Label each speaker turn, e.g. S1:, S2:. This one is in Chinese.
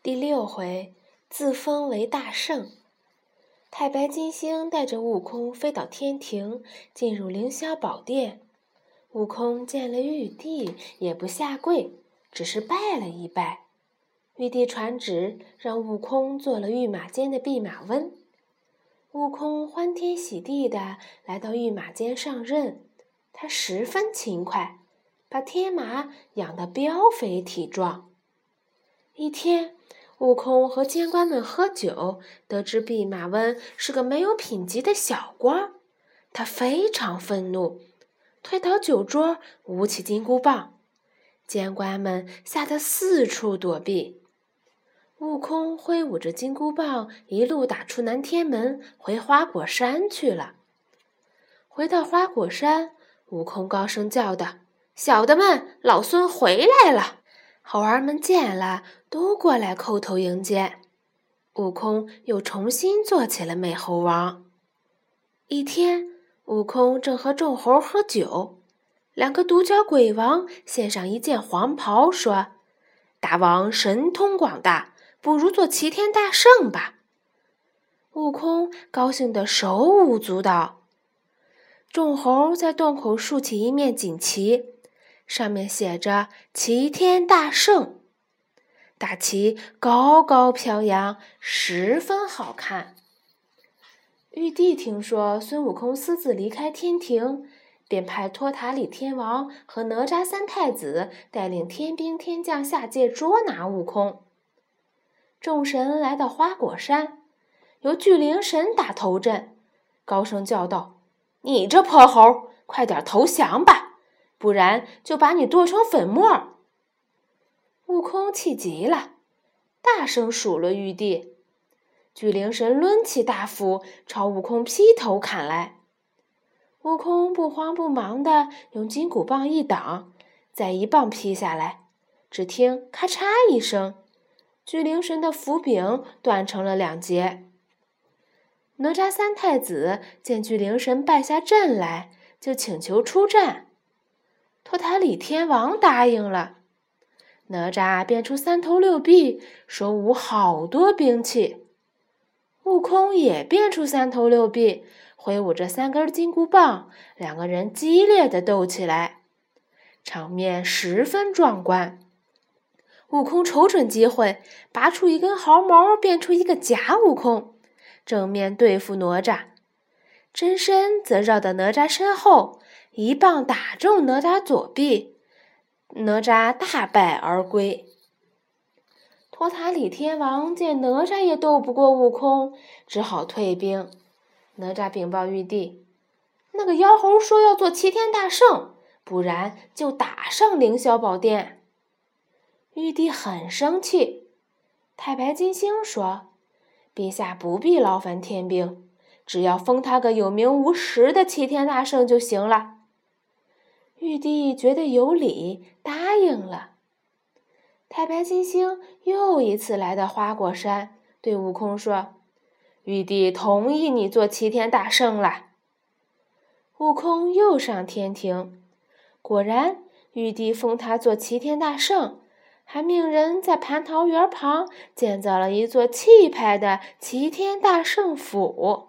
S1: 第6回，自封为大圣。太白金星带着悟空飞到天庭，进入凌霄宝殿。悟空见了玉帝，也不下跪，只是拜了一拜。玉帝传旨，让悟空做了御马监的弼马温。悟空欢天喜地地来到御马监上任，他十分勤快，把天马养得膘肥体壮。一天，悟空和监官们喝酒，得知弼马温是个没有品级的小官，他非常愤怒，推倒酒桌，舞起金箍棒。监官们吓得四处躲避。悟空挥舞着金箍棒，一路打出南天门，回花果山去了。回到花果山，悟空高声叫道：“小的们，老孙回来了！”猴儿们见了，都过来叩头迎接。悟空又重新做起了美猴王。一天，悟空正和众猴喝酒，两个独角鬼王献上一件黄袍，说：“大王神通广大，不如做齐天大圣吧。”悟空高兴得手舞足蹈。众猴在洞口竖起一面锦旗，上面写着齐天大圣，大旗高高飘扬，十分好看。玉帝听说孙悟空私自离开天庭，便派托塔李天王和哪吒三太子带领天兵天将下界捉拿悟空。众神来到花果山，由巨灵神打头阵，高声叫道：“你这泼猴，快点投降吧，不然就把你剁成粉末！”悟空气极了，大声数落玉帝。巨灵神抡起大斧，朝悟空劈头砍来。悟空不慌不忙地用金箍棒一挡，再一棒劈下来，只听咔嚓一声，巨灵神的斧柄断成了2截。哪吒三太子见巨灵神败下阵来，就请求出战。托塔李天王答应了。哪吒变出3头6臂，手舞好多兵器。悟空也变出3头6臂，挥舞着3根金箍棒，两个人激烈地斗起来，场面十分壮观。悟空瞅准机会，拔出一根毫毛，变出一个假悟空，正面对付哪吒。真身则绕到哪吒身后，一棒打中哪吒左臂，哪吒大败而归。托塔李天王见哪吒也斗不过悟空，只好退兵。哪吒禀报玉帝，那个妖猴说要做齐天大圣，不然就打上凌霄宝殿。玉帝很生气。太白金星说：“陛下不必劳烦天兵，只要封他个有名无实的齐天大圣就行了。”玉帝觉得有理，答应了。太白金星又一次来到花果山，对悟空说：“玉帝同意你做齐天大圣了。”悟空又上天庭，果然玉帝封他做齐天大圣，还命人在蟠桃园旁建造了一座气派的齐天大圣府。